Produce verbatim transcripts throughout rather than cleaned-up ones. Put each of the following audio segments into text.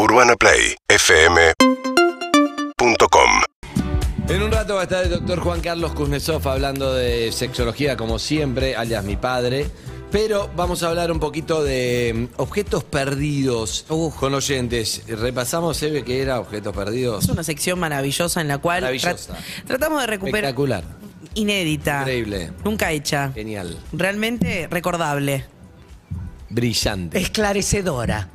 urbana play f m punto com. En un rato va a estar el doctor Juan Carlos Kuznetsov hablando de sexología, como siempre, alias mi padre. Pero vamos a hablar un poquito de objetos perdidos Uf. con oyentes. Repasamos, Eve, que era objetos perdidos. Es una sección maravillosa en la cual Maravillosa. tra- tratamos de recuperar. Espectacular. Inédita. Increíble. Nunca hecha. Genial. Realmente recordable. Brillante. Esclarecedora.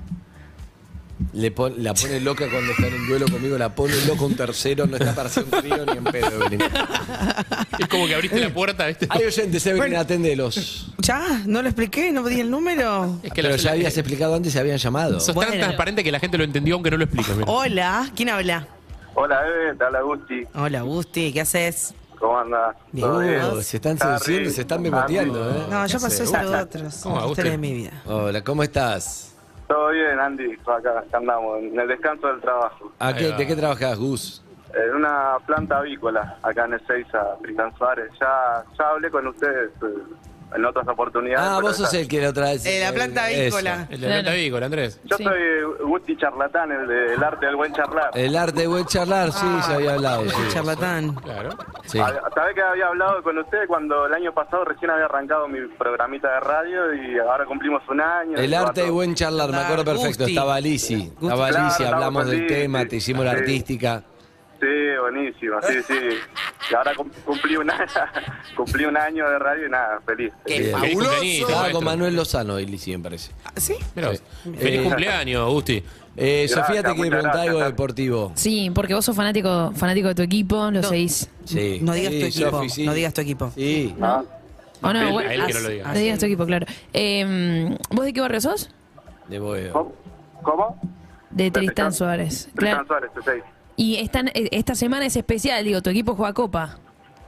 Le pon- la pone loca cuando está en un duelo conmigo, la pone loca un tercero, no está para hacer un trío ni en pedo, Evelyn. Es como que abriste la puerta, ¿viste? Hay oyentes, Evelyn, Bueno. aténdelos. ¿Ya? ¿No lo expliqué? ¿No di el número? Es que Pero la- ya la- habías explicado antes, se habían llamado. Sos Bueno. tan transparente que la gente lo entendió aunque no lo expliques. mira. Hola. ¿Quién habla? Hola, Eve, te habla Gusti. Hola, Gusti. ¿Qué haces? ¿Cómo andás? Bien. ¿Todo bien? Uh, se están seduciendo, se están memoteando, ¿eh? No, ya ¿Qué pasó hace? eso de otros. ¿Cómo va, La historia Gusti? de mi vida. Hola, ¿cómo estás? Todo bien, Andy. Acá, acá andamos, en el descanso del trabajo. ¿A qué- ¿De qué trabajás, Gus? En una planta avícola, acá en Ezeiza, Tristan Suárez. Ya, ya hablé con ustedes eh, en otras oportunidades. Ah, pero vos sos ya- el que la otra vez... Eh, la planta eso. avícola. El de Planta Vícola, Andrés. Yo soy Gusti Charlatán, el del arte del buen charlar. El arte de buen charlar, sí, ya había hablado. Sí. Charlatán. Claro. Sí. Sabés que había hablado con usted cuando el año pasado recién había arrancado mi programita de radio y ahora cumplimos un año. El y arte de todo. buen charlar, me acuerdo perfecto. Gusti. Estaba Lisi, estaba Claro, Lisi, hablamos estábamos del con tema, Lisi. te hicimos la Sí. artística. Sí, buenísimo, sí, sí. Y ahora cum- cumplí un año, cumplí un año de radio y nada, feliz. ¡Qué Bien. Feliz fabuloso! cumpleañito, Estaba maestro. con Manuel Lozano y Lisi, me parece. Ah, ¿Sí? Mirá vos. Sí. Feliz Eh, cumpleaños, Gusti. Eh, Gracias, Sofía, te quiere muchas preguntar gracias, algo Carlos. deportivo. Sí, porque vos sos fanático, fanático de tu equipo, lo No. seguís. Sí. No digas Sí, tu equipo. Sofi, sí. No digas tu equipo. Sí. ¿No? ¿O no? Sí, Bueno, a él que ah, no lo diga. No digas tu equipo, claro. Eh, ¿Vos de qué barrio sos? De Boedo. ¿Cómo? ¿Cómo? De Tristán Tristán. Suárez. Tristan Claro. Suárez, seis. Y están, eh, esta semana es especial, digo, tu equipo juega Copa.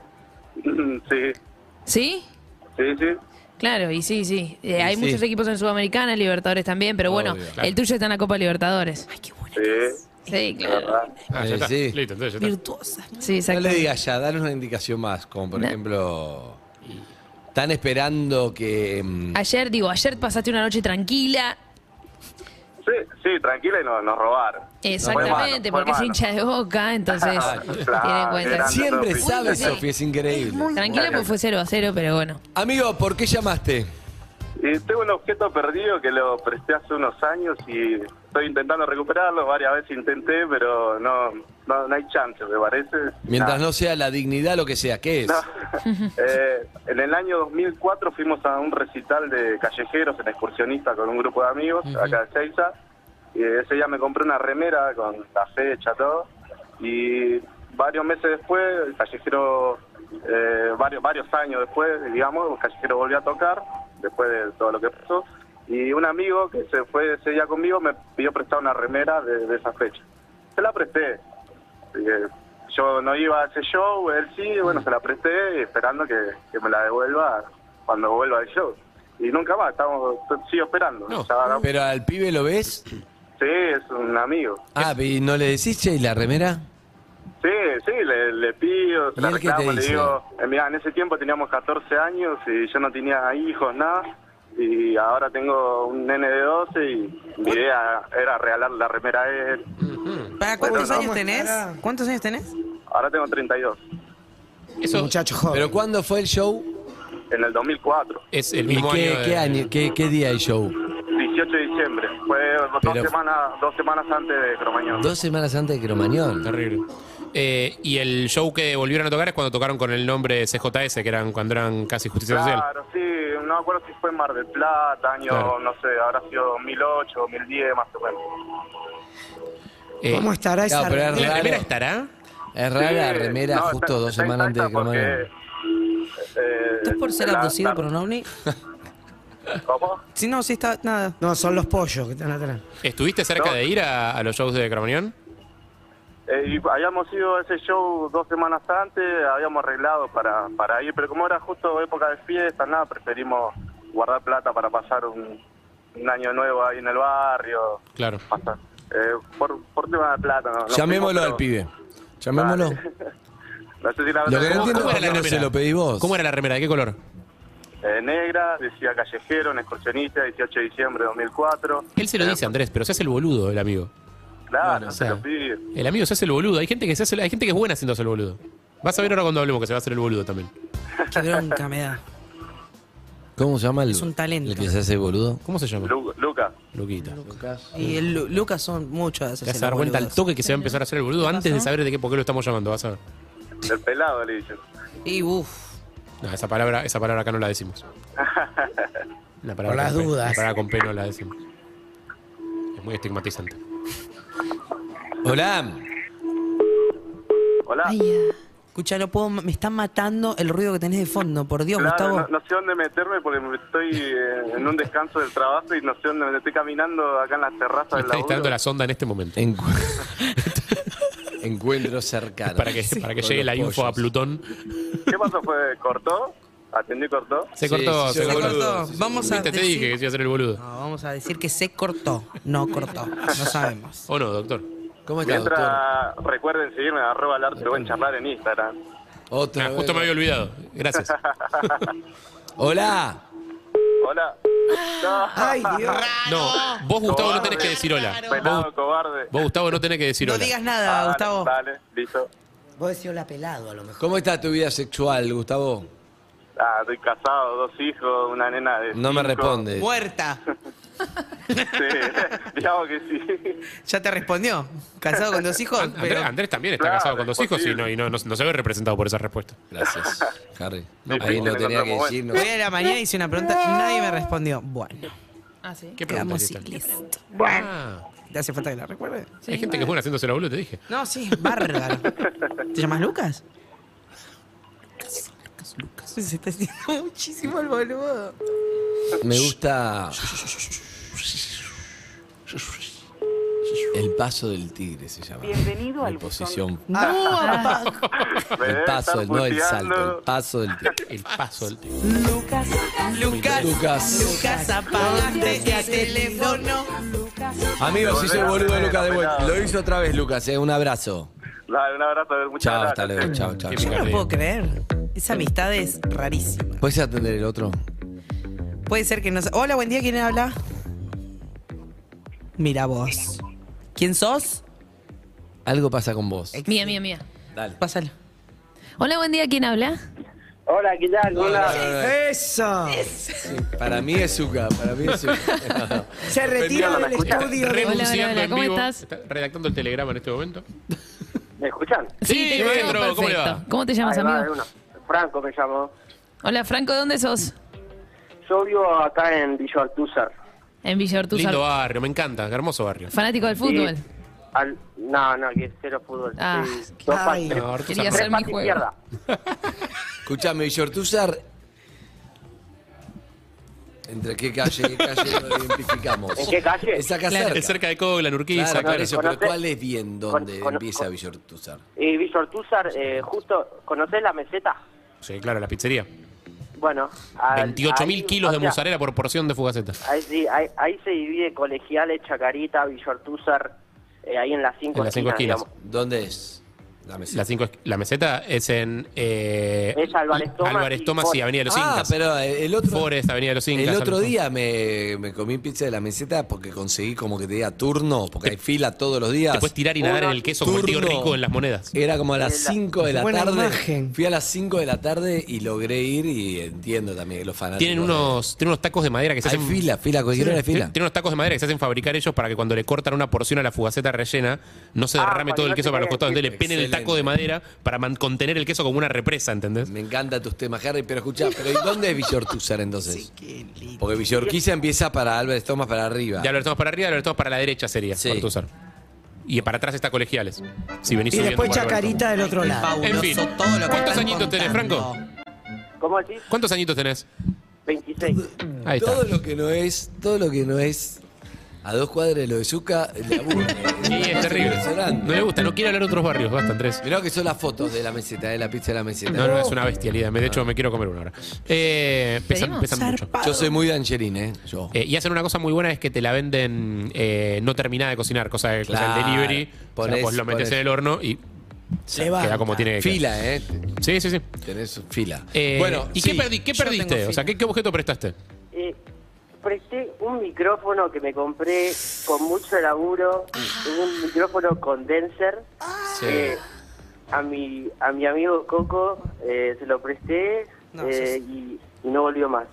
Sí, ¿Sí? sí, sí. Claro, y sí, sí. Eh, hay sí. muchos equipos en Sudamericana, Libertadores también, pero bueno, Obvio, claro. el tuyo está en la Copa Libertadores. Sí, Sí, la claro. verdad. Ah, Eh, ya está. sí. Listo, entonces ya está. Virtuosa. Sí, No exacto. le digas ya, dale una indicación más, como por No. ejemplo... Están esperando que... mm, Ayer, digo, ayer pasaste una noche tranquila. Sí, sí, tranquila y nos, nos robaron. Exactamente, Fue porque es malo. hincha de Boca, entonces Claro, tiene en cuenta. grande. Siempre Sofi. sabe, Sí. Sofía, es increíble. Tranquila, pues fue cero a cero, pero bueno. Amigo, ¿por qué llamaste? Y tengo un objeto perdido que lo presté hace unos años y estoy intentando recuperarlo. Varias veces intenté, pero no, no, no hay chance, me parece. Mientras Nada. no sea la dignidad, lo que sea, ¿qué es? No. Eh, en el año dos mil cuatro fuimos a un recital de callejeros en excursionista con un grupo de amigos acá de Ezeiza. Y ese día me compré una remera con la fecha, todo. Y varios meses después, el callejero, eh, varios, varios años después, digamos, el callejero volvió a tocar, después de todo lo que pasó. Y un amigo que se fue ese día conmigo me pidió prestar una remera de, de esa fecha. Se la presté. Así que yo no iba a ese show, él sí, bueno, se la presté esperando que, que me la devuelva cuando vuelva al show. Y nunca más, estamos, sigo esperando. No. Ya- Pero al pibe lo ves. sí, es un amigo. Ah, ¿y no le decís, che, y la remera? Sí, sí, le, le pido, se ¿Y la él qué te reclamo, le dice? digo, eh, mirá, en ese tiempo teníamos catorce años y yo no tenía hijos, nada, y ahora tengo un nene de doce y mi idea era regalarle la remera a él. ¿Para cuántos Bueno, años no. tenés? ¿Cuántos años tenés? Ahora tengo treinta y dos, Eso Muchacho joven. ¿Pero cuándo fue el show? en el dos mil cuatro, es el ¿Y mismo qué, año. de- qué año, qué, qué día el show? dieciocho de diciembre, fue dos Pero- semanas dos semanas antes de Cromañón. Dos semanas antes de Cromañón. Terrible. Eh, y el show que volvieron a tocar es cuando tocaron con el nombre C J S, que eran cuando eran casi Justicia Social. Claro, sí, no me acuerdo si fue en Mar del Plata, año, Claro. no sé, habrá sido dos mil ocho, dos mil diez más o menos. Eh, ¿Cómo estará esa Claro, pero es ¿La raro. remera estará? Es rara la Sí, remera no, justo está- dos está semanas antes de intacta Cromañón. porque, eh, ¿Estás por ser la- abducido la- por un ovni? ¿Cómo? Sí, no, sí está, nada. No, son los pollos que están atrás. ¿Estuviste cerca No. de ir a, a los shows de Cromañón? Eh, y habíamos ido a ese show dos semanas antes, habíamos arreglado para, para ir, pero como era justo época de fiesta, nada, preferimos guardar plata para pasar un, un año nuevo ahí en el barrio. Claro. Pasar. Eh, por, por tema de plata, ¿no? no Llamémoslo fuimos, al pero- pibe. Llamémoslo. Dale. No sé si la Lo que no ¿Cómo- entiendo cómo es era por la qué no remera? se lo pedí vos. ¿Cómo era la remera? ¿De qué color? Eh, negra, decía callejero, en excursionista, dieciocho de diciembre de dos mil cuatro. Él se lo Eh, dice, Andrés, pero se hace el boludo, el amigo. Claro, Bueno, no o se sea, lo pide. el amigo se hace el boludo. Hay gente que se hace, hay gente que es buena haciéndose el boludo. Vas a ver ahora cuando hablemos que se va a hacer el boludo también. Qué bronca me da. ¿Cómo se llama el, Es un talento. el que se hace boludo? ¿Cómo se llama? Lu- Luca. Luquita. Y el Lu- Lucas son muchos de esos. Te vas a dar cuenta al toque que se va a empezar a hacer el boludo antes de saber de qué por qué lo estamos llamando, vas a ver. El pelado le dicen. Y uff. No, esa palabra, esa palabra acá no la decimos. Una palabra Por las con P, dudas. Una palabra con P no la decimos. Es muy estigmatizante. Hola. Hola. Ay, ya. Escucha, no puedo, me están matando el ruido que tenés de fondo, por Dios, Claro, Gustavo. no, no sé dónde meterme porque me estoy eh, en un descanso del trabajo y no sé dónde me estoy caminando acá en la terraza Me del está instalando laburo. la sonda en este momento. Encu- Encuentro cercano. Para que, para que Con llegue los la info a pollos. Plutón. ¿Qué pasó? ¿Fue cortó? ¿Atendí cortó? Se Sí, cortó, sí, se se cortó. cortó. cortó. Vamos a Viste, te decir... dije que se iba a hacer el boludo. No, vamos a decir que se cortó. No cortó. No sabemos. ¿O no, doctor? ¿Cómo está, doctor? Mientras recuerden seguirme arroba el arte buen charlar en Instagram. Otra Ah, vez. justo me había olvidado. Gracias. Hola. Hola. No, Ay, Dios. No, vos, Gustavo, no tenés que decir hola. pelado, Vos, cobarde. vos, Gustavo, no tenés que decir No hola. digas nada, Dale, Gustavo. Dale, listo. Vos decís hola pelado a lo mejor. ¿Cómo está tu vida sexual, Gustavo? Ah, estoy casado, dos hijos, una nena de No me cinco. responde. Muerta. Sí, digamos que sí. ¿Ya te respondió? ¿Casado con dos hijos? Andrés, Pero- Andrés también está Claro, casado con dos hijos y, imposible. no, y no, no, no se ve representado por esa respuesta. Gracias, Harry. No, Ahí sí, no en tenía otro que momento. decir. no. Hoy a la mañana hice una pregunta y nadie me respondió. Bueno, Ah, sí. ¿Qué pregunta quedamos es esta? así, listo. Ah, ¿Te hace falta que la recuerde? hay gente que es buena haciéndose la boludo, te dije. No, sí, bárbaro. ¿Te llamas Lucas? Se está haciendo muchísimo el boludo. Me gusta el paso del tigre, se llama. Bienvenido al Mi posición. Me El deben paso, estar no el puteando. salto, el paso del tigre. El paso del tío. Lucas, Lucas, Lucas. Lucas, apagaste el teléfono. Amigos, hizo el boludo de Lucas de vuelta. Pelado. Lo hizo otra vez, Lucas, eh. Un abrazo. Dale, un abrazo, muchas Chao, gracias. hasta luego. Chao, chao. Qué Yo no lo picardía. puedo creer. Esa amistad es rarísima. ¿Puedes atender el otro? Puede ser que no... Hola, buen día, ¿quién habla? Mira vos. ¿Quién sos? Algo pasa con vos. Mía, mía, mía. Dale. Pásalo. Hola, buen día. ¿Quién habla? Hola, ¿qué tal? Hola. ¡Eso! Para mí es Zucca, para mí es Zucca. Se retira del escuchás? estudio. de- Renunciando hola, en ¿cómo vivo. estás? Está redactando el telegrama en este momento. ¿Me escuchan? Sí, te maestro, escucho ¿cómo le va? perfecto. ¿Cómo te llamas, Ahí va, amigo? de uno. Franco me llamo. Hola, Franco, ¿de dónde sos? Yo vivo acá en Villa Ortúzar. En Villa Ortúzar. Lindo barrio, me encanta, hermoso barrio. Fanático del fútbol. Y al- no, no, que es cero fútbol. Ah, Sí, dos ay. pa- tres- No, Ortúzar Quería no. tres hacer mi patas juego. izquierda. Escuchame, Villortúzar, ¿entre qué calle, qué calle lo identificamos? ¿En qué calle? Es acá Claro. cerca. Es cerca de Coglan, Urquiza, Claro, claro. por eso, pero ¿Conoce? ¿cuál es bien donde Con- con- empieza con- Villortúzar? Y Villa Ortúzar, eh, justo, ¿conocés la meseta? Sí, claro, la pizzería. Bueno, al- veintiocho mil ahí, kilos de o sea, mozzarella por porción de fugaceta. Ahí, sí, ahí, ahí se divide Colegiales, Chacarita, Villa Ortúzar, eh, ahí en las cinco En las cinco esquinas. digamos. ¿Dónde es? La meseta. La, cinco, la meseta es en... Eh, Es Álvarez Thomas Álvarez y Thomas y Forest. Avenida de los Ah, Incas. pero el otro, Forest, Avenida de los Incas. el otro Alfonso. día me, me comí pizza de la meseta porque conseguí como que tenía turno, porque hay fila todos los días. Te puedes tirar y nadar en el queso como el tío Turno. rico en las monedas. Era como a las cinco de la Buena tarde. imagen. Fui a las cinco de la tarde y logré ir y entiendo también que los fanáticos. Tienen unos, tienen unos tacos de madera que se Hay hacen... fila, fila, cualquier hora hay fila. Tienen unos tacos de madera que se hacen fabricar ellos para que cuando le cortan una porción a la fugaceta rellena no se Ah, derrame para todo el que no queso te para los quede. costados. Entonces le penen el taco de madera para man- contener el queso como una represa, ¿entendés? Me encantan tus temas, Harry, pero escuchá, pero ¿y dónde es Villortúzar entonces? Porque Villorquiza empieza para Álvarez Thomas para arriba. Ya lo estamos para arriba, ya lo estamos para la derecha sería, Sí. Ortúzar. Y para atrás está Colegiales. Si venís Y subiendo después por Alberto. Chacarita del otro lado. En fin, Fabuloso todo lo que ¿cuántos están añitos tenés, contando. Franco? ¿Cómo decís? ¿Cuántos añitos tenés? veintiséis. Ahí está. Todo lo que no es, todo lo que no es a dos cuadras de lo de Zucca, le aburre. Sí, es terrible. Impresionante. No le gusta, no quiere hablar de otros barrios, basta, Andrés. Mirá que son las fotos de la meseta, de la pizza de la meseta. No, no, es una bestialidad. De hecho, me quiero comer una ahora. Eh, pesan, ¿Pedimos? pesan mucho. Yo soy muy de Angelín, ¿eh? Yo. Eh, y hacen una cosa muy buena, es que te la venden eh, no terminada de cocinar, cosa de cosa del Claro. delivery. O sea, Ponés- vos lo metes ponés- en el horno y Levanta. queda como tiene que quedar. Fila, ¿eh? Sí, sí, sí. Tenés fila. Eh, bueno, ¿y sí. qué, perdí, qué Yo perdiste? tengo O sea, ¿qué, qué objeto prestaste? Eh, presté un micrófono que me compré con mucho laburo, un micrófono condenser. Sí. eh, a mi a mi amigo Coco eh, se lo presté No, eh, sos- y, y no volvió más.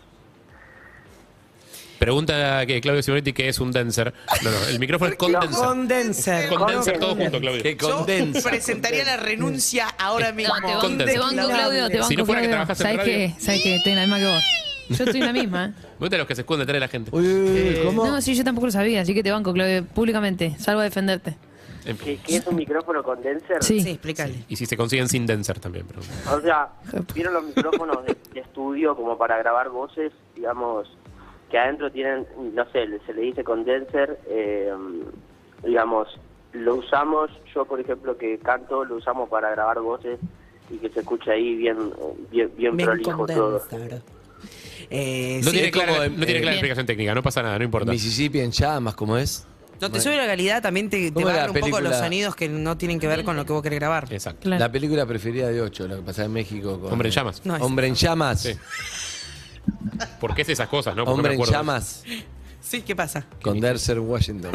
Pregunta que Claudio Simonetti qué es un denser. No, no, el micrófono es condenser. Condenser. Condenser todo junto, Claudio. Que Yo condensa. presentaría la renuncia ahora mismo. No, te banco, Condensa. te banco, Claudio, te banco, Si no fuera que Claudio. trabajas en ¿Sabes radio. qué? ¿Sabes qué? Estoy en la misma que vos. Yo estoy en la misma, ¿eh? Vos de los que se esconden detrás de la gente. Uy, uy, uy, ¿cómo? No, sí, yo tampoco lo sabía, así que te banco, Claudio, públicamente. Salgo a defenderte. En fin. ¿Qué, qué es un micrófono condenser? Sí. Sí, explícale. Y si se consiguen sin denser también. Pero... O sea, ¿vieron los micrófonos de, de estudio como para grabar voces? Digamos, que adentro tienen, no sé, se le dice condenser, eh, digamos, lo usamos, yo por ejemplo que canto, lo usamos para grabar voces y que se escuche ahí bien bien, bien Bien prolijo todo. condenser. Eh, No sí, tiene es como clara, de- no tiene eh, clara bien. explicación técnica, no pasa nada, no importa. Mississippi en llamas, ¿cómo es? No te sube la calidad, también te, te ¿Cómo era bajan la un poco los película? sonidos que no tienen que ver con lo que vos querés grabar. Exacto. Claro. La película preferida de ocho, lo que pasaba en México con... Hombre en llamas. No, es- Hombre en llamas. Sí. ¿Por qué es esas cosas, no? Porque Hombre me en acuerdo. llamas. Sí, ¿qué pasa? Con Denzel Washington.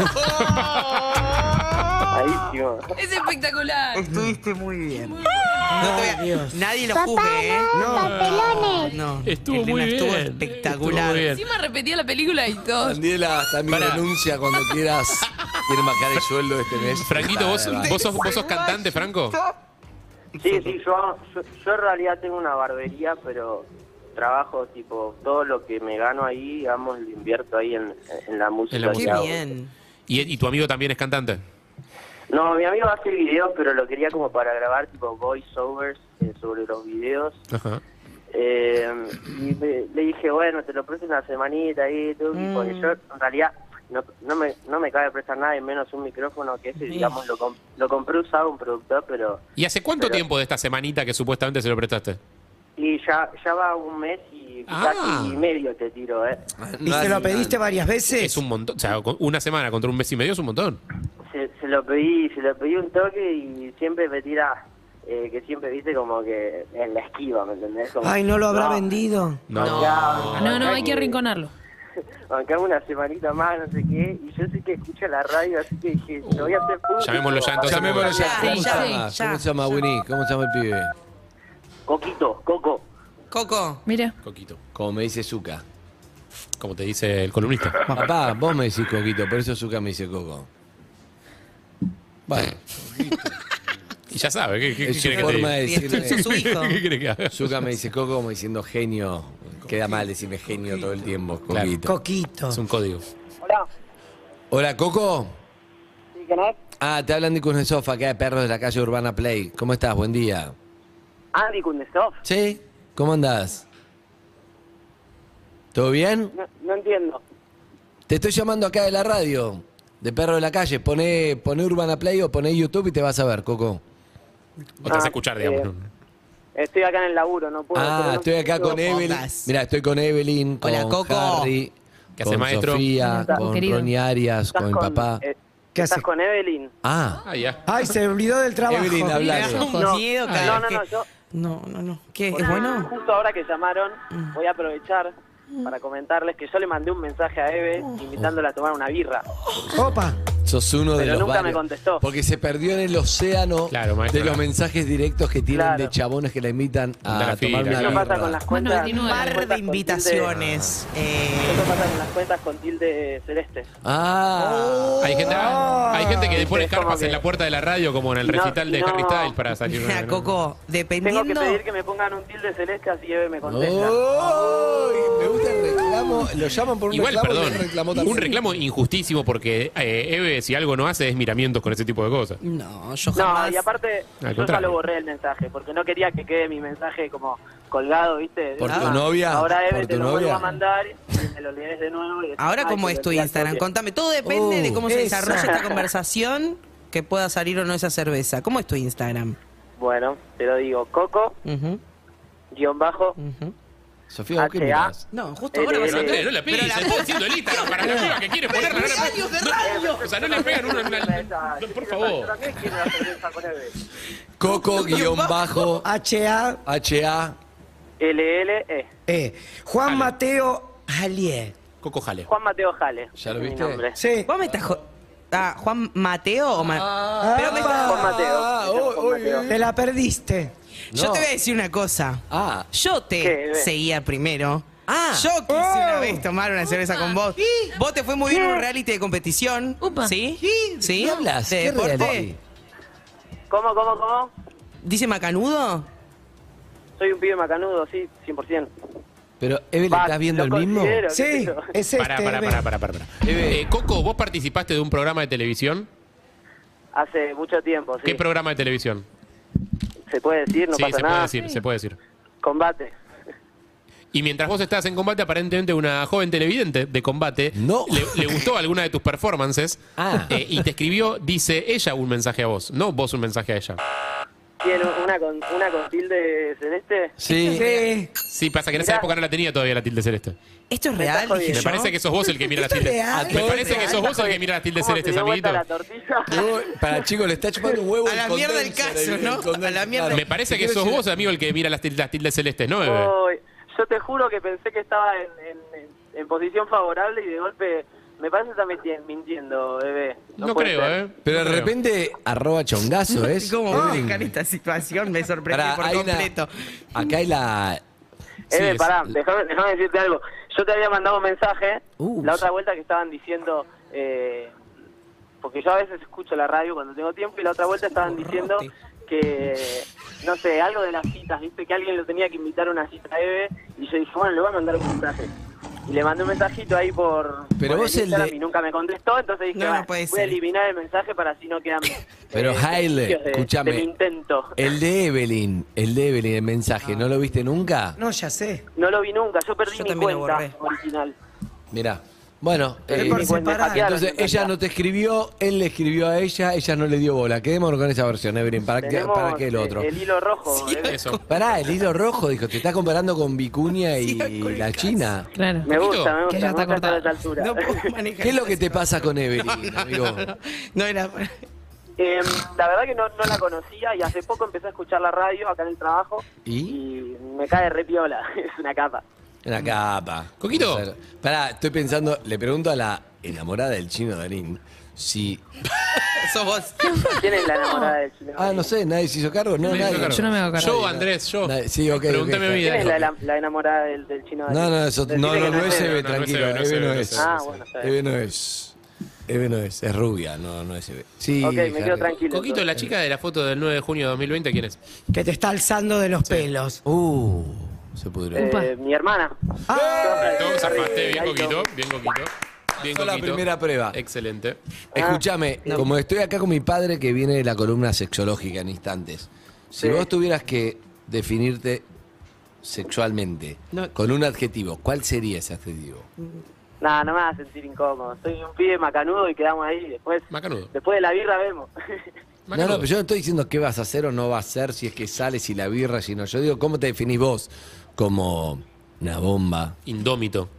Ahísimo. Es espectacular. Estuviste muy bien. No te voy a- nadie lo juzgue, ¿eh? No. No, Estuvo Elena muy bien. estuvo Estuvo espectacular. muy bien. Encima repetía la película y todo. Daniela, hasta mi Pará. renuncia cuando quieras. Quieres bajar el sueldo de este mes. Franquito, ¿vos, Dale, vos, sos, ¿vos sos cantante, Franco? Sí, sí, yo, yo, yo en realidad tengo una barbería, pero trabajo tipo, todo lo que me gano ahí, digamos, lo invierto ahí en, en la música. En la que Qué hago. bien. ¿Y, ¿Y tu amigo también es cantante? No, mi amigo hace videos, pero lo quería como para grabar tipo voiceovers eh, sobre los videos. Ajá. Eh, y me- le dije, bueno, te lo presto una semanita ahí, tú, Mm. porque yo en realidad no, no, me, no me cabe prestar nada y menos un micrófono que ese, digamos, lo, com- lo compré usado un productor, pero... ¿Y hace cuánto Pero- tiempo de esta semanita que supuestamente se lo prestaste? Y ya, ya va un mes y Ah. casi medio te tiro, ¿eh? ¿Y se lo pediste varias veces? Es un montón. O sea, con una semana contra un mes y medio es un montón. Se, se lo pedí, se lo pedí un toque y siempre me tira, eh, que siempre viste como que en la esquiva, ¿me entendés? Como, Ay, ¿no lo habrá vendido? No. Ya, No, no, hay que arrinconarlo. bancame una semanita más, no sé qué, y yo sé que escucha la radio, así que dije, lo voy a hacer público. Llamémoslo ya, entonces. Llamémoslo ya. Ya, ¿Cómo sí, se ya, llama? ya. ¿Cómo se llama, Winnie? ¿Cómo se llama el pibe? Coquito, Coco. Coco. Mira. Coquito. Como me dice Zuka. Como te dice el columnista. Papá, vos me decís Coquito, por eso Zuka me dice Coco. Bueno, Y ya sabe, ¿qué, qué, qué es su quiere que te forma diga? de Y es decirme. su hijo. ¿Qué quiere que haga? Zuka me dice Coco como diciendo genio. Queda mal decirme genio todo el tiempo, Claro. Coquito. Coquito. Es un código. Hola, Hola, Coco. ¿sí, quién es? Ah, te hablan de Kuznetsov, acá de Perros de la calle Urbana Play. ¿Cómo estás? Buen día. Andy Kuznetsov. ¿Sí? ¿Cómo andás? ¿Todo bien? No, no entiendo. Te estoy llamando acá de la radio, de Perro de la Calle. Poné, poné Urbana Play o poné YouTube y te vas a ver, Coco. O te vas Ah, a escuchar, digamos. eh, ¿no? Estoy acá en el laburo, no puedo. Ah, pero no estoy acá puedo- con Evelyn. pongas. Mira, estoy con Evelyn, con Hola, Coco. Harry, ¿Qué hace, con maestro? Sofía, Hola, con querido. Ronnie Arias, ¿Estás con el papá. eh, ¿Qué ¿Estás hace? con Evelyn? Ah, Ah, ya. Ay, se olvidó del trabajo. Evelyn, Me habla. da un No, miedo no, cada no, vez no, que- yo No, no, no. ¿Qué? ¿Es bueno? justo ahora que llamaron, voy a aprovechar para comentarles que yo le mandé un mensaje a Eve invitándola a tomar una birra. Opa. sos uno de Pero los nunca me varios. contestó. Porque se perdió en el océano Claro, maestro. de los mensajes directos que tiran Claro. de chabones que la invitan De a la tomar fila, una Eso claro. pasa birra. con las Más cuentas. noventa y nueve. las Par cuentas de con invitaciones. Eh, tilde- Eso pasa con las cuentas con tilde celeste. Ah, Hay gente, hay gente que pone Es como carpas que- en la puerta de la radio, como en el Y no- recital de y no- Harry Styles, para salir. mira, Coco, Tengo que dependiendo. pedir que me pongan un tilde celeste así Eve me contesta. ¡Oh! Me gusta el reclamo. Lo llaman por un Igual, reclamo. y perdón, él reclamó también. un reclamo injustísimo porque eh, Eve, si algo no hace, es miramientos con ese tipo de cosas. No, yo No, jamás. y aparte, yo ya contrario. lo borré el mensaje, porque no quería que quede mi mensaje como colgado, ¿viste? ¿Por Ah, tu novia? Ahora Eve ¿Por te tu lo vuelvo novia? a mandar y me lo lees de nuevo. Y decís, Ahora, "Ay, ¿cómo que es lo tu leí al Instagram? toque". Contame. Todo depende Oh, de cómo se esa. desarrolla esta conversación, que pueda salir o no esa cerveza. ¿Cómo es tu Instagram? Bueno, te lo digo, Coco, Ujú, guión bajo, ujú. Sofía, ¿vos qué H A. mirás? No, justo ahora vas a... Eh, Andrés, no le pegues, Pero la- está diciendo el Instagram para la piba que quiere ponerla. No, le- años de no- radio. o sea, no le pegan una. una- no, por Yo favor. también quiero una cerveza con Eve. Coco guión bajo H A H A. L L E. E. Juan Ale. Mateo Alier. Coco Jale. Juan Mateo Jale. ¿Ya lo es mi viste? nombre. Sí. ¿Vos me estás jo- Ah, Juan Mateo o Ma- Ah, Pero me estás- Juan Mateo. Ah, Me llamo oh, Juan oh, Mateo. Te la perdiste. Yo No. te voy a decir una cosa. Ah. Yo te ¿Qué, bebé? seguía primero. Ah. Yo quise Oh. una vez tomar una cerveza con vos. Vos te fue muy bien en un reality de competición. Upa. ¿Sí? ¿Sí? ¿Qué hablas? ¿De ¿Qué deporte? reality? ¿Cómo, cómo, cómo? ¿Dice Macanudo? Soy un pibe macanudo, sí, cien por ciento. Pero, Evelyn, Va, ¿estás viendo lo el mismo? considero, qué Sí, sé yo. es este. Pará, pará, Eve. pará, pará, pará. pará. Eve. Eh, Coco, ¿vos participaste de un programa de televisión? Hace mucho tiempo, sí. ¿Qué programa de televisión? Se puede decir, no sí, pasa se nada. puede decir, se puede decir. Combate. Y mientras vos estabas en combate, aparentemente una joven televidente de combate No. le, le gustó alguna de tus performances Ah. eh, y te escribió, dice ella un mensaje a vos, no vos un mensaje a ella. ¿Tiene una con, una con tilde celeste? Sí. Sí. Sí, pasa que en esa Mirá. época no la tenía todavía la tilde celeste. ¿Esto es Me real? estás jodiendo. dije Me yo? parece que sos vos el que mira las ¿Esto es tildes. real? Me ¿Todo parece es que real? sos vos el que mira las tildes ¿Cómo se celestes, dio vuelta amiguito. la tortilla? No, para chicos, le está chupando un huevo A el la mierda el condenser, caso, el- ¿no? el condenser, A la mierda. claro. Me parece Te que quiero sos decir- vos, amigo, el que mira las tildes, las tildes celestes, ¿no, bebé? Uy, yo te juro que pensé que estaba en, en- en- en posición favorable y de golpe me parece que está meti- mintiendo, bebé. No, puede creo, ser. ¿eh? Pero de No creo. repente, arroba chongazo, ¿es? ¿Cómo Evelyn? manejar esta situación? Me sorprendí Pará, por hay una- completo. acá hay la... Eve, Sí, es- pará, déjame, déjame decirte algo. Yo te había mandado un mensaje Uh, la otra vuelta que estaban diciendo, eh, porque yo a veces escucho la radio cuando tengo tiempo y la otra vuelta estaban diciendo que, no sé, algo de las citas, viste, que alguien lo tenía que invitar a una cita a Eve y yo dije, bueno, le voy a mandar un mensaje. Y le mandé un mensajito ahí por, Pero por vos el Instagram de- y nunca me contestó, entonces dije, No, no "Bueno, puede voy a ser. eliminar el mensaje para así no quedan Pero, eh, Haile, indicios de- escúchame. de mi intento. El de Evelyn, el de Evelyn, el mensaje, ¿no lo viste nunca? No, ya sé. No lo vi nunca, yo perdí Yo mi también lo cuenta borré. original. Mirá. Bueno, Pero eh, por mi cuenta separado. hackearon, entonces me ella encanta. no te escribió, él le escribió a ella, ella no le dio bola. Quedémonos con esa versión, Evelyn. ¿Para qué, Tenemos, ¿para qué el eh, otro? El hilo rojo. Eve. Eso. Pará, el hilo rojo, dijo, te estás comparando con Vicuña y Sí, con el la caso. China. Claro. Me Poquito, gusta, me gusta, que ya me está gusta estar a esta cortado. altura. No puedo manejar ¿Qué es lo que esta te pasa con Evelyn, amigo? No era... Eh, la verdad que no, no la conocía y hace poco empecé a escuchar la radio acá en el trabajo ¿Y? y me cae re piola, es una capa. Una capa. Coquito. O sea, pará, estoy pensando, le pregunto a la enamorada del chino Darín si... Sos vos. ¿Quién es la enamorada del chino? Ah, no sé, nadie se hizo cargo, no, Nadie se nadie. hizo cargo. Yo no me hago cargo. Yo, Andrés, yo. Nadie- sí, ok, Pregúntame ok. a mí. ¿Quién es dale. la, la, la enamorada del, del chino? No, no, eso, no, Decime no, que no es Eve. Eve, no, no es tranquilo, Eve, no es Eve no Eve, no es. es Ah, bueno, está bien. Eve no es. Eve no es, es rubia, no, no es Eve. Sí, Ok, me Harry. quedo tranquilo. Coquito, la chica de la foto del nueve de junio de dos mil veinte, ¿quién es? Que te está alzando de los pelos. Uh, se pudrió. Eh, mi hermana. Todo zafaste, bien Ahí Coquito, todo. bien Coquito. Bien Pasó la Coquito. primera prueba. Excelente. Escúchame, como estoy acá con mi padre que viene de la columna sexológica en instantes, si Sí. vos tuvieras que definirte sexualmente No. con un adjetivo, ¿cuál sería ese adjetivo? Nada, no me vas a sentir incómodo. Soy un pibe macanudo y quedamos ahí. Después, Macanudo. después de la birra vemos. No, no, pero yo no estoy diciendo qué vas a hacer o no vas a hacer, si es que sales, si la birra, si no. Yo digo, ¿cómo te definís vos? Como una bomba, Indómito.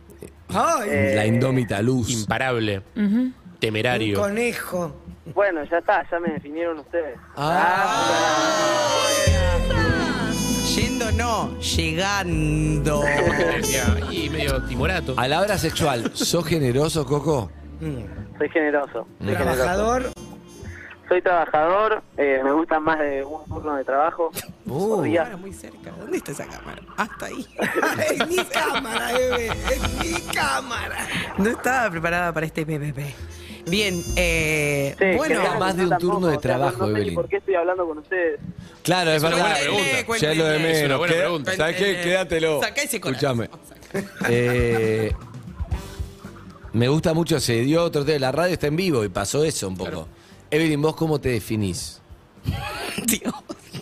Ay, la indómita luz. Imparable. un Temerario. conejo. Bueno, ya está, ya me definieron ustedes. Yendo no, llegando. Decía, y medio timorato. A la hora sexual, ¿sos generoso, Coco? Soy generoso. Soy generoso. Trabajador. Soy trabajador, eh, me gustan más de un turno de trabajo Uh. por día. Cámara muy cerca. ¿Dónde está esa cámara? Hasta ahí. Es mi cámara, Eve. Es mi cámara. No estaba preparada para este P P P. Bien, eh, Sí, bueno. general, más de un tampoco, turno de o sea, no- trabajo, no, sé ni Evelyn. por qué estoy hablando con ustedes. Claro, es una verdad. buena pregunta. Ya es lo de Cuéntale. menos. Es una buena Queda- pregunta. ¿Sabes qué? Cuéntale. Quédatelo. Sacá ese corazón. Escúchame. Eh, me gusta mucho, se dio otro tema. La radio está en vivo y pasó eso un poco. Evelyn, ¿vos cómo te definís? Dios.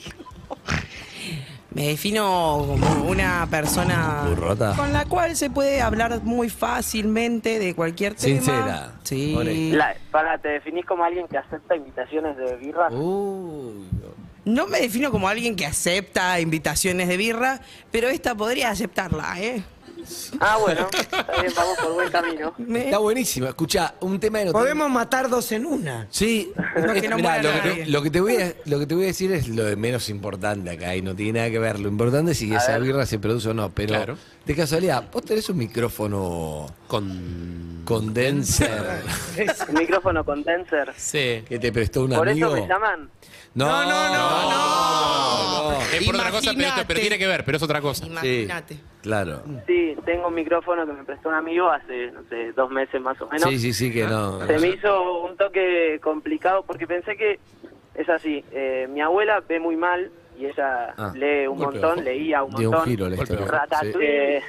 Me defino como una persona Burrota. con la cual se puede hablar muy fácilmente de cualquier tema. Sincera. Sí. Honesta. La, para, ¿te definís como alguien que acepta invitaciones de birra? Uy, No me defino como alguien que acepta invitaciones de birra, pero esta podría aceptarla, ¿eh? Ah, bueno, está bien, vamos por buen camino. Está buenísimo. Escuchá, un tema de no Podemos matar dos en una. Sí, No, que no mirá, muera lo, que nadie. te, lo, que te voy a, lo que te voy a decir es lo de menos importante acá y no tiene nada que ver. Lo importante es si A esa ver. birra se produce o no, pero Claro. de casualidad, vos tenés un micrófono Con. condenser Un micrófono condenser. Sí. que te prestó un ¿Por amigo. eso me llaman? No, no, no, no, no. Es por otra cosa, pero, Imagínate. pero tiene que ver, pero es otra cosa. Imagínate. Claro. Sí, tengo un micrófono que me prestó un amigo hace, no sé, dos meses más o menos. Sí, sí, sí, que no. Se me hizo un toque complicado porque pensé que es así. Eh, mi abuela ve muy mal y ella Ah, lee un golpe montón, bajo. leía un Dio montón. un giro la Golpe historia. bajo. Ratatouille. Eh,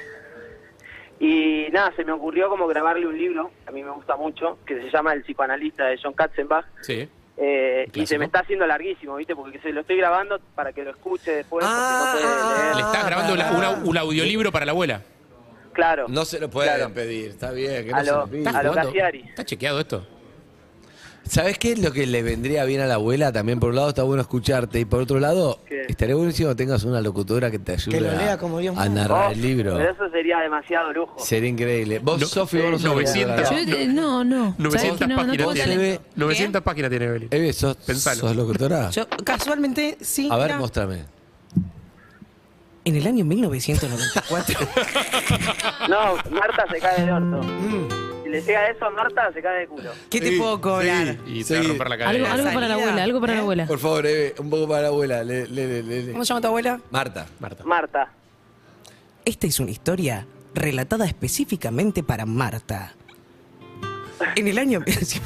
y nada, se me ocurrió como grabarle un libro, a mí me gusta mucho, que se llama El psicoanalista de John Katzenbach. Sí. Eh, y Clásico. se me está haciendo larguísimo, ¿viste? Porque se lo estoy grabando para que lo escuche después. porque Ah, no puede leer. Le estás grabando pará. una- una- un audiolibro para la abuela. Claro. No se lo pueden Claro. pedir, está bien, que no A se lo- lo piden. a lo jugando? Cassiari. ¿Está chequeado esto? ¿Sabes qué es lo que le vendría bien a la abuela? También por un lado está bueno escucharte y por otro lado ¿Qué? estaría buenísimo que tengas una locutora que te ayude Que lo a, lea como Dios a manda. narrar Oh, el libro. Pero eso sería demasiado lujo. Sería increíble. Vos, No, Sofi, vos no eh, sos novecientos. locutora. Yo, eh, no, no. ¿Sabes novecientas que no, no páginas tengo tiene. talento. novecientas páginas tiene Evelyn. Eve, ¿sos, Pensalo. sos locutora? Yo casualmente sí. A ver, mira, mostrame. en el año mil novecientos noventa y cuatro. No, Marta se cae de orto. Si le llega eso a Marta, se cae de culo. ¿Qué te Sí, puedo cobrar? Y Sí. te va a romper la Algo, cadera. algo para la salida, abuela, algo para la ¿eh? abuela. Por favor, Eve, un poco para la abuela. Le, le, le, le, le. ¿Cómo se llama tu abuela? Marta. Marta. Marta. Esta es una historia relatada específicamente para Marta. En el año...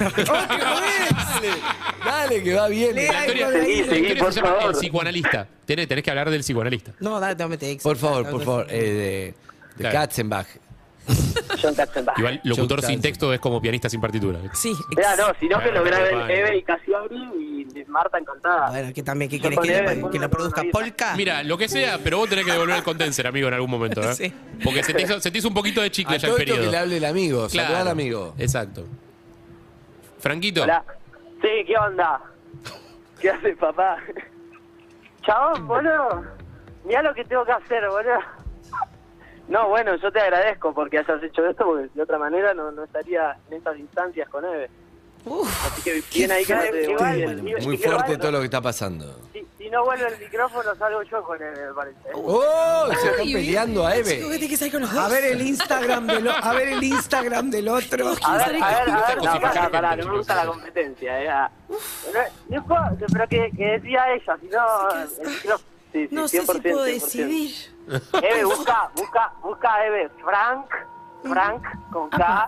Dale, dale, que va bien. La historia, Seguí, la seguí, historia por se llama favor. El psicoanalista. Tenés, tenés que hablar del psicoanalista. No, dale, te metes Por favor, por favor. Eh, de de Claro. Katzenbach. John Katzenbach. Igual, locutor John sin Katzenbach. texto es como pianista sin partitura. Sí. Ya, no, sino que lo Bueno, grabe bueno. Eve y Cassiari y Marta encantada. Bueno, que también, ¿qué Yo querés con que, Eve, le- con que una la produzca sonrisa. Polka? Mira, lo que sea, pero vos tenés que devolver el condenser, amigo, en algún momento, ¿eh? Sí. Porque se te, hizo, se te hizo un poquito de chicle A ya el todo esto periodo. que le hable el amigo. Saludá Claro. al amigo. Exacto. Franquito. Hola. Sí, ¿qué onda? ¿Qué haces, papá? Chabón, boludo. Mirá lo que tengo que hacer, boludo. No, bueno, yo te agradezco porque hayas hecho esto, porque de otra manera no, no estaría en estas instancias con Eve. Así que bien ahí que no te devuelven. Muy fuerte todo lo que está pasando. Si, si no vuelve el micrófono, salgo yo con Eve, me parece. ¡Oh! Se están peleando a Chico, que Eve. tenés que salir con los dos. A ver el Instagram del, o- a ver el Instagram del otro. A ver, a ver, a ver, no, cosificar pará, gente, pará, no me chicos. gusta la competencia, eh. ah. No, no es cosa, pero que, que decía ella, si no, el micrófono. Sí, sí, No sé si cien por ciento, puedo cien por ciento. decidir. Eve, busca, busca, busca a Eve, Frank, Frank, con K,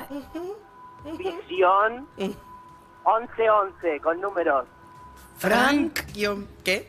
Visión, once once, con números. Frank. guión- ¿Qué?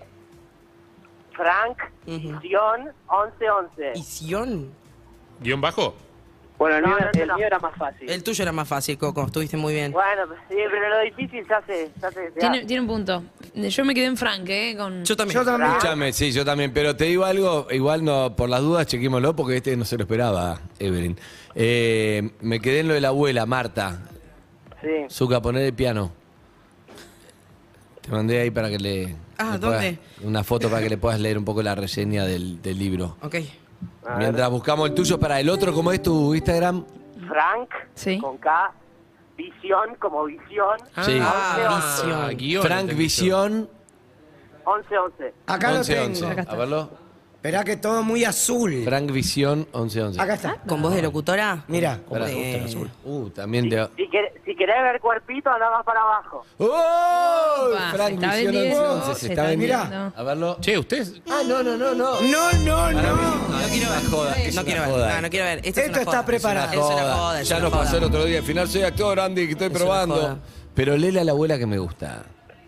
Frank, Visión, once once. Isión. ¿Guión bajo? Bueno, el, mío, el mío era más fácil. El tuyo era más fácil, Coco. Estuviste muy bien. Bueno, sí, pero lo difícil se hace, se hace, se Tiene, hace. tiene un punto. Yo me quedé en Frank, ¿eh? Con... Yo también. Yo también. Escúchame, sí, yo también. Pero te digo algo, igual no, por las dudas, chequémoslo, porque este no se lo esperaba, Evelyn. Eh, me quedé en lo de la abuela, Marta. Sí. Zucca, poner el piano. Te mandé ahí para que le. Ah, le ¿dónde? puedas- una foto para que le puedas leer un poco la reseña del, del libro. Ok. A Mientras ver. buscamos el tuyo para el otro, ¿cómo es tu Instagram? Frank, Sí. con K, Visión, como Visión, Sí. Ah, Visión. guión, Frank entendí yo. Visión. once once. Acá lo once tengo. once. Acá está. A verlo. Esperá que todo muy azul. Frank Visión once once. Acá está. ¿Con voz de locutora? Mira. Esperá, Eh, Uh, también te. Si, quer- si querés ver cuerpito, anda más para abajo. ¡Oh! Opa, Frank se está Visión vendiendo, once once. Se se está está vendiendo. vendiendo. A verlo. Che, ustedes. Ah, no, no, no, no. No, no, no. No quiero ver. joda, es no una quiero ver. joda. No, no quiero ver. Esto, es Esto una está joda. preparado. Es una joda. es Ya una nos joda. pasó el otro día. Al final soy actor, Andy, que estoy Es una probando. joda. Pero léele a la abuela que me gusta.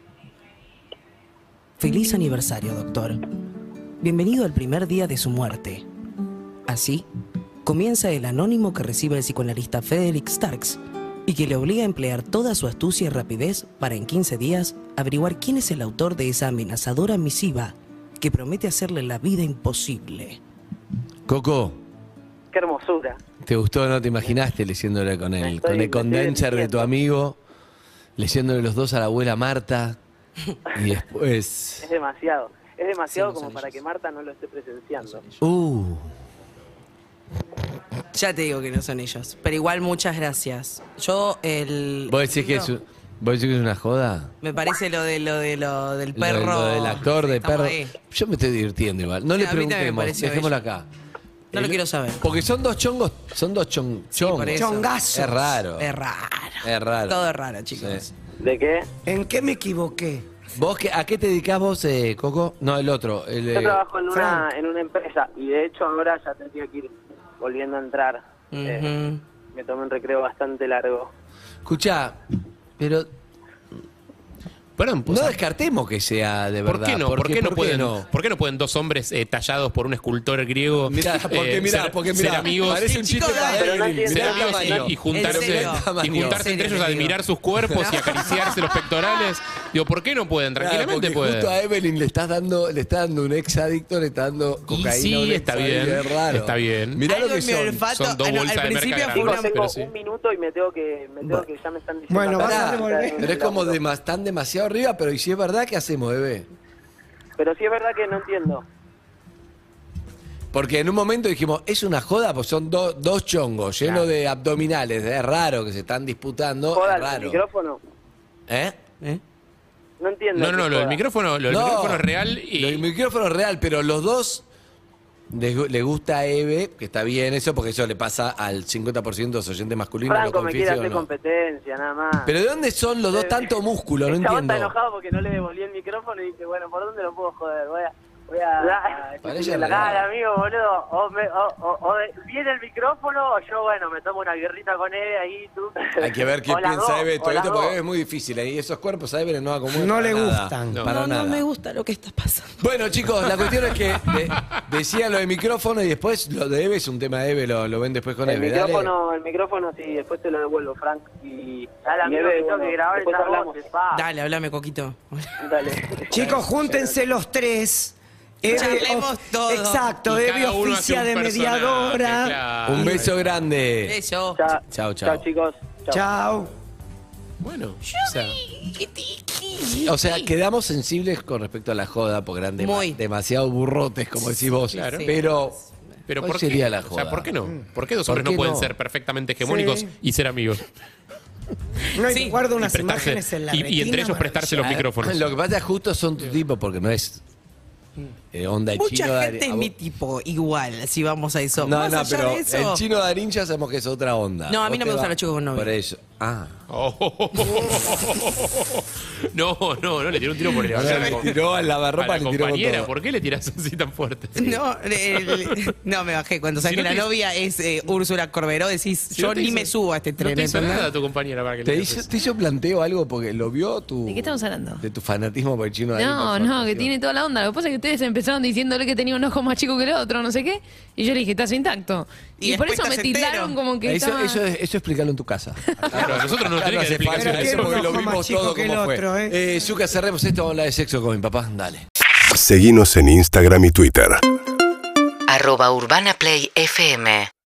Feliz aniversario, doctor. Bienvenido al primer día de su muerte. Así, comienza el anónimo que recibe el psicoanalista Frederick Starks y que le obliga a emplear toda su astucia y rapidez para en quince días averiguar quién es el autor de esa amenazadora misiva que promete hacerle la vida imposible. Coco, Qué hermosura. ¿te gustó o no te imaginaste leyéndole con el, Estoy- con me el estoy condenser de tu derritiendo. amigo? Leyéndole los dos a la abuela Marta. Y después. Es demasiado. Es demasiado Sí, los como para anillos. que Marta no lo esté presenciando. Uh. Ya te digo que no son ellos. Pero igual, muchas gracias. Yo, el. ¿Vos decís que es, un- ¿Vos decís que es una joda? Me parece lo de lo de lo del Lo de- perro. Lo, del actor de Estamos perro. ahí. Yo me estoy divirtiendo igual. No Sí, le a mí también me preguntemos, pareció dejémoslo bello. acá. No lo El- quiero saber. Porque son dos chongos, son dos chon, chongos. por eso. Chongazos. Es raro. Es raro. Es raro. Todo es raro, chicos. Sí. ¿De qué? ¿En qué me equivoqué? ¿Vos qué, a qué te dedicás vos, eh, Coco? No, el otro. El, Yo eh, trabajo en una, Frank. en una empresa y de hecho ahora ya tendría que ir volviendo a entrar. Eh, Ujú. me tomé un recreo bastante largo. Escuchá, pero Perdón, pues, no descartemos que sea de ¿por verdad. qué no? ¿Por porque- qué no, ¿por pueden, no? ¿por qué no pueden dos hombres eh, tallados por un escultor griego Mirá, porque eh, mirá, ser, porque ser mirá, amigos, parece un chiste Chicos, para pero no Evelyn. entiendo, ser Mirá el amigos tamaño. y, y juntarse, ¿En serio? y juntarse ¿En entre ellos serio? a admirar sus cuerpos y acariciarse los pectorales? Digo, ¿por qué no pueden? Claro, Tranquilamente porque justo a pueden. Evelyn le estás dando, le está dando un ex adicto, le está dando cocaína. sí, a un está ex bien, adicto, es raro. está bien. Mirá Algo lo que en mi son. olfato- Son dos ah, no, bolsas al de merca principio fue grandes, una- Tengo pero sí. un minuto y me tengo que, me tengo que ya me están diciendo Bueno, acá, vas a está devolver. en el Pero es como laburo. de, están demasiado arriba, pero ¿y si es verdad qué hacemos, bebé? Pero sí es verdad que no entiendo. Porque en un momento dijimos, es una joda, pues son do- dos chongos llenos de abdominales, es raro que se están disputando, Joda, es el raro. micrófono. ¿Eh? ¿Eh? No entiendo. No, no, no, qué lo del joda. micrófono, lo del No, micrófono es real y... El micrófono es real, pero los dos les gu- le gusta a Eve, que está bien eso, porque eso le pasa al cincuenta por ciento de los oyentes masculinos. Franco lo me quiere confiese o hacer no. competencia, nada más. Pero ¿de dónde son los dos tanto músculo? No El chabón entiendo. está enojado porque no le devolví el micrófono y dije, bueno, ¿por dónde lo puedo joder? Voy a... Voy a... Para ella es la legal. cara, amigo, boludo. O, me, o, o, o de- viene el micrófono o yo, bueno, me tomo una guerrita con Eve ahí, tú. Hay que ver qué O las piensa dos, Eve de o todo las esto, porque dos. Eve es muy difícil. Y esos cuerpos a Eve no acomodan. No para le nada. gustan. No. Para No, nada. no me gusta lo que está pasando. Bueno, chicos, la cuestión es que de- decía lo de micrófono y después lo de Eve es un tema de Eve, lo, lo ven después con El Eve. Dale. micrófono, el micrófono, sí, después te lo devuelvo, Frank. Y dale, amigo, que tengo que grabar esas voces, pa. Dale, hablame, Coquito. Dale. Chicos, júntense los tres. Eve Charlemos of- todo. Exacto, Y Eve cada uno hace oficia un de personaje, mediadora. claro. Un beso grande. Eso. Chao, Chao, chao. Chao, chicos. Chao. Chao. Bueno, o sea, O sea, quedamos sensibles con respecto a la joda, porque eran dema- Muy. demasiado burrotes, como decís vos. Claro. Pero, pero ¿cuál ¿por sería qué? la O joda? sea, ¿por qué no? ¿Por qué dos ¿Por hombres qué no pueden no? ser perfectamente hegemónicos Sí. y ser amigos? No, y Sí. guardo unas Y prestarse- imágenes en la y, y retina, entre ellos prestarse los Ah, micrófonos. Lo que pasa es justo son tu tipo, porque no es eh, onda de chino. Mucha de gente Ari- es mi tipo, igual, si vamos a eso. No, Más no, allá pero de eso, el chino de Darín ya sabemos que es otra onda. No, a mí Vos no me te gustan va- los chicos con novio. Por eso. Ah. Oh. No, no, no le tiró un tiro por el Le tiró al lavarropa, a la le tiró con compañera. todo. ¿Por qué le tiras así tan fuerte? No, el- no, me bajé. Cuando sabes Si no que la te- novia es eh, Úrsula Corberó, decís, Si yo no te ni hizo- me subo a este No tren. te hizo ¿entendés? nada tu compañera para que ¿Te le hizo, digas te hizo planteo algo porque lo vio tu. ¿De qué estamos hablando? De tu fanatismo por el chino de Darín. No, por su no, que actuación. tiene toda la onda. Lo que pasa es que ustedes empezaron diciéndole que tenía un ojo más chico que el otro, no sé qué. Y yo le dije, estás intacto. Y Y, por después eso me estás entero. tildaron como que Eso, estaba... eso, es- eso explicarlo en tu casa. Claro, nosotros no Acá tenemos que hace dar falta explicaciones. eso Pero porque tiene lo un ojo vimos más chico todo que el como fue. otro, ¿eh? Eh, Zucca, cerremos esto, vamos a hablar de sexo con mi papá. Dale. Seguinos en Instagram y Twitter. Arroba Urbana Play F M.